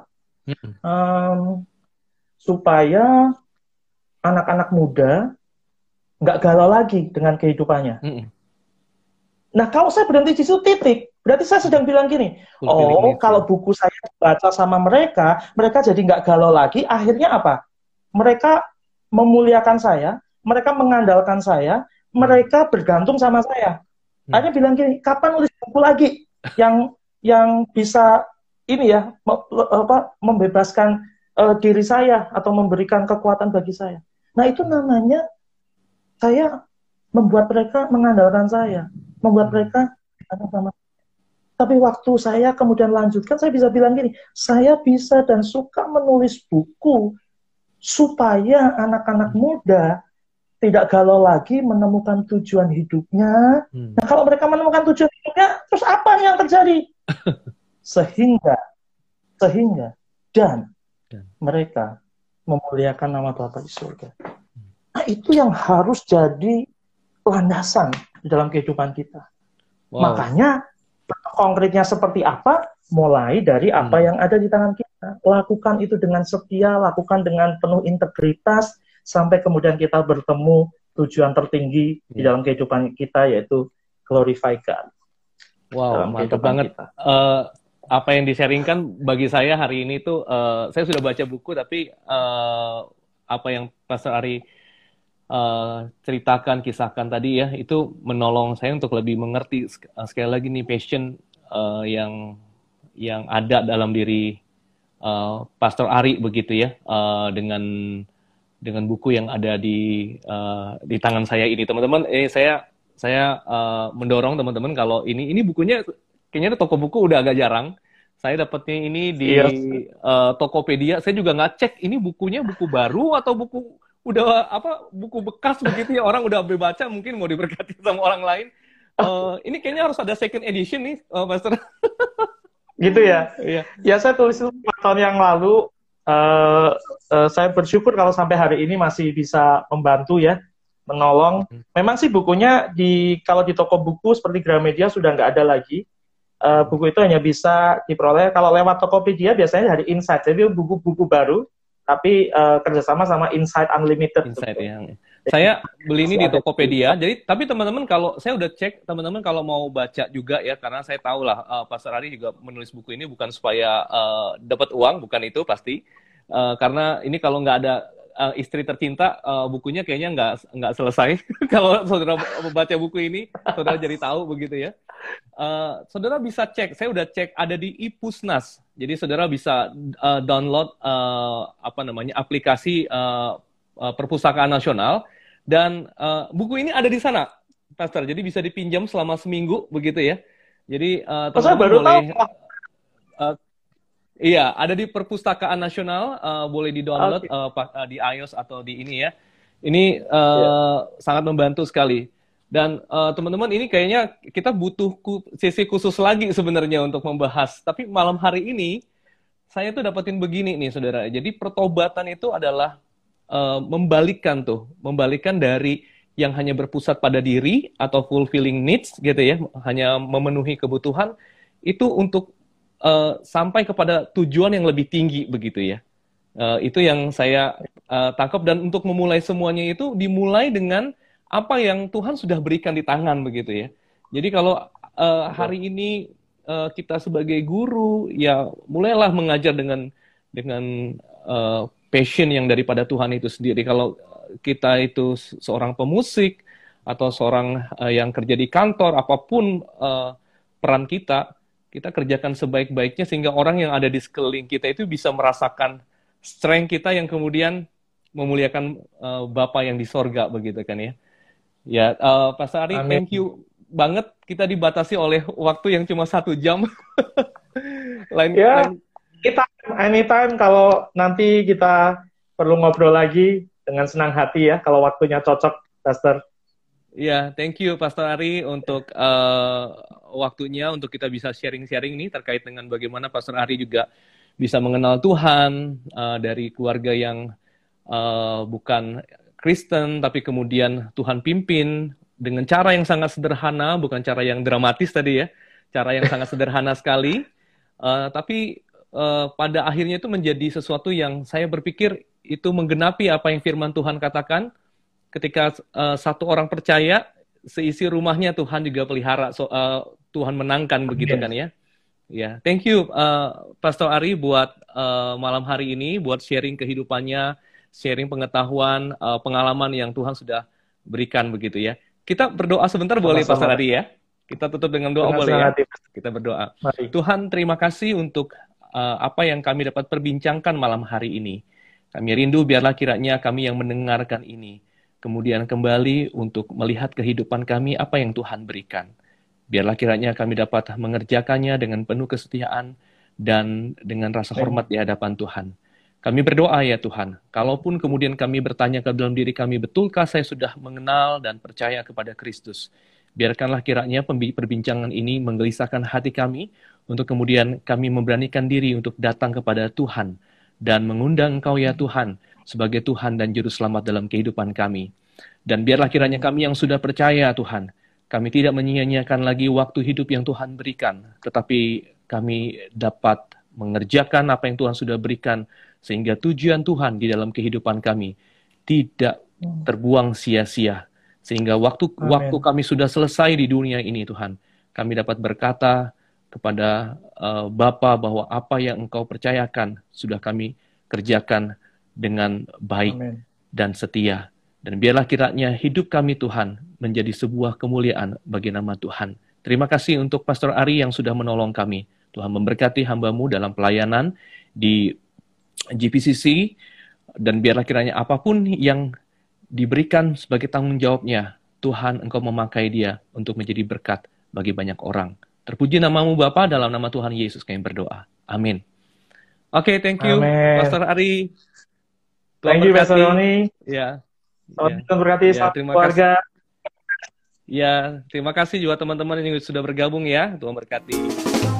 Supaya anak-anak muda nggak galau lagi dengan kehidupannya. Nah, kalau saya berhenti di situ titik, berarti saya sedang bilang gini, kalau buku saya baca sama mereka, mereka jadi nggak galau lagi, akhirnya apa? Mereka memuliakan saya, mereka mengandalkan saya, mereka bergantung sama saya. Akhirnya bilang gini, kapan nulis buku lagi yang bisa ini ya, membebaskan diri saya atau memberikan kekuatan bagi saya. Nah, itu namanya saya membuat mereka mengandalkan saya, membuat mereka sama. Tapi waktu saya kemudian lanjutkan, saya bisa bilang gini, saya bisa dan suka menulis buku supaya anak-anak muda tidak galau lagi menemukan tujuan hidupnya. Nah, kalau mereka menemukan tujuan hidupnya, terus apa yang terjadi? Sehingga dan mereka memuliakan nama Bapa di surga. Nah, itu yang harus jadi landasan di dalam kehidupan kita. Makanya konkretnya seperti apa? Mulai dari apa yang ada di tangan kita. Lakukan itu dengan setia, lakukan dengan penuh integritas, sampai kemudian kita bertemu tujuan tertinggi di dalam kehidupan kita, yaitu glorify God. Wow, mantap banget. Apa yang di-sharingkan bagi saya hari ini tuh, saya sudah baca buku, tapi apa yang Pastor Ari ceritakan, kisahkan tadi ya, itu menolong saya untuk lebih mengerti sekali lagi nih passion yang ada dalam diri Pastor Ari begitu ya, dengan buku yang ada di tangan saya ini, teman-teman. Saya mendorong teman-teman kalau ini bukunya kayaknya toko buku udah agak jarang. Saya dapatnya ini di Tokopedia. Saya juga nggak cek ini bukunya buku baru atau buku bekas begitu ya, orang udah baca mungkin mau diberkati sama orang lain. Ini kayaknya harus ada second edition nih, Pastor. Gitu ya. Ya, saya tulis itu 4 tahun yang lalu. Saya bersyukur kalau sampai hari ini masih bisa membantu ya, menolong. Memang sih bukunya kalau di toko buku seperti Gramedia sudah nggak ada lagi. Buku itu hanya bisa diperoleh kalau lewat Tokopedia, biasanya dari Insight. Jadi buku-buku baru, tapi kerjasama sama Insight Unlimited. Insight, ya. Saya beli ini di Tokopedia. Jadi, tapi teman-teman kalau saya udah cek, teman-teman kalau mau baca juga ya, karena saya tahu lah Pastor Ari juga menulis buku ini bukan supaya dapat uang, bukan itu pasti. Karena ini kalau nggak ada istri tercinta, bukunya kayaknya nggak selesai. Kalau saudara membaca buku ini, saudara jadi tahu begitu ya. Saudara bisa cek, saya udah cek ada di iPusnas. Jadi saudara bisa download aplikasi Perpustakaan Nasional, dan buku ini ada di sana, Pastor. Jadi bisa dipinjam selama seminggu begitu ya. Jadi saya teman-teman baru boleh tahu. iya, ada di Perpustakaan Nasional, boleh di-download Okay. di iOS atau di ini ya. Ini Ya. sangat membantu sekali. Dan teman-teman, ini kayaknya kita butuh sesi khusus lagi sebenarnya untuk membahas. Tapi malam hari ini saya tuh dapetin begini nih, saudara. Jadi pertobatan itu adalah membalikkan dari yang hanya berpusat pada diri atau fulfilling needs gitu ya, hanya memenuhi kebutuhan itu untuk sampai kepada tujuan yang lebih tinggi begitu ya. Itu yang saya tangkap, dan untuk memulai semuanya itu dimulai dengan apa yang Tuhan sudah berikan di tangan begitu ya. Jadi kalau hari ini kita sebagai guru ya mulailah mengajar dengan passion yang daripada Tuhan itu sendiri. Kalau kita itu seorang pemusik atau seorang yang kerja di kantor, apapun peran kita kerjakan sebaik-baiknya sehingga orang yang ada di sekeliling kita itu bisa merasakan strength kita yang kemudian memuliakan Bapa yang di sorga begitu kan ya. Ya, Pak Sari, thank you banget. Kita dibatasi oleh waktu yang cuma 1 jam. Anytime kalau nanti kita perlu ngobrol lagi dengan senang hati ya, kalau waktunya cocok, Pastor. Ya, thank you Pastor Ari untuk waktunya untuk kita bisa sharing-sharing ini terkait dengan bagaimana Pastor Ari juga bisa mengenal Tuhan dari keluarga yang bukan Kristen, tapi kemudian Tuhan pimpin dengan cara yang sangat sederhana, bukan cara yang dramatis tadi ya, cara yang sangat sederhana sekali, tapi pada akhirnya itu menjadi sesuatu yang saya berpikir itu menggenapi apa yang firman Tuhan katakan, ketika satu orang percaya, seisi rumahnya Tuhan juga pelihara, Tuhan menangkan begitu kan ya. Ya, thank you Pastor Ari buat malam hari ini, buat sharing kehidupannya, sharing pengetahuan, pengalaman yang Tuhan sudah berikan begitu ya. Kita berdoa sebentar boleh Pastor Ari ya? Kita tutup dengan doa boleh ya? Kita berdoa. Mari. Tuhan, terima kasih untuk apa yang kami dapat perbincangkan malam hari ini. Kami rindu biarlah kiranya kami yang mendengarkan ini kemudian kembali untuk melihat kehidupan kami apa yang Tuhan berikan. Biarlah kiranya kami dapat mengerjakannya dengan penuh kesetiaan dan dengan rasa hormat di hadapan Tuhan. Kami berdoa ya Tuhan, kalaupun kemudian kami bertanya ke dalam diri kami, betulkah saya sudah mengenal dan percaya kepada Kristus? Biarkanlah kiranya perbincangan ini menggelisahkan hati kami, untuk kemudian kami memberanikan diri untuk datang kepada Tuhan, dan mengundang Engkau ya Tuhan, sebagai Tuhan dan Juru Selamat dalam kehidupan kami. Dan biarlah kiranya kami yang sudah percaya Tuhan, kami tidak menyia-nyiakan lagi waktu hidup yang Tuhan berikan, tetapi kami dapat mengerjakan apa yang Tuhan sudah berikan, sehingga tujuan Tuhan di dalam kehidupan kami tidak terbuang sia-sia. Sehingga waktu kami sudah selesai di dunia ini Tuhan, kami dapat berkata kepada Bapa bahwa apa yang Engkau percayakan sudah kami kerjakan dengan baik dan setia. Dan biarlah kiranya hidup kami Tuhan menjadi sebuah kemuliaan bagi nama Tuhan. Terima kasih untuk Pastor Ari yang sudah menolong kami. Tuhan memberkati hamba-Mu dalam pelayanan di GPCC, dan biarlah kiranya apapun yang diberikan sebagai tanggung jawabnya, Tuhan Engkau memakai dia untuk menjadi berkat bagi banyak orang. Terpuji nama-Mu Bapa, dalam nama Tuhan Yesus kami berdoa. Amin. Oke, thank you Pastor Ari. Thank you Pastor Roni. Ya. Tuhan berkati keluarga. Ya, terima kasih juga teman-teman yang sudah bergabung ya. Tuhan berkati.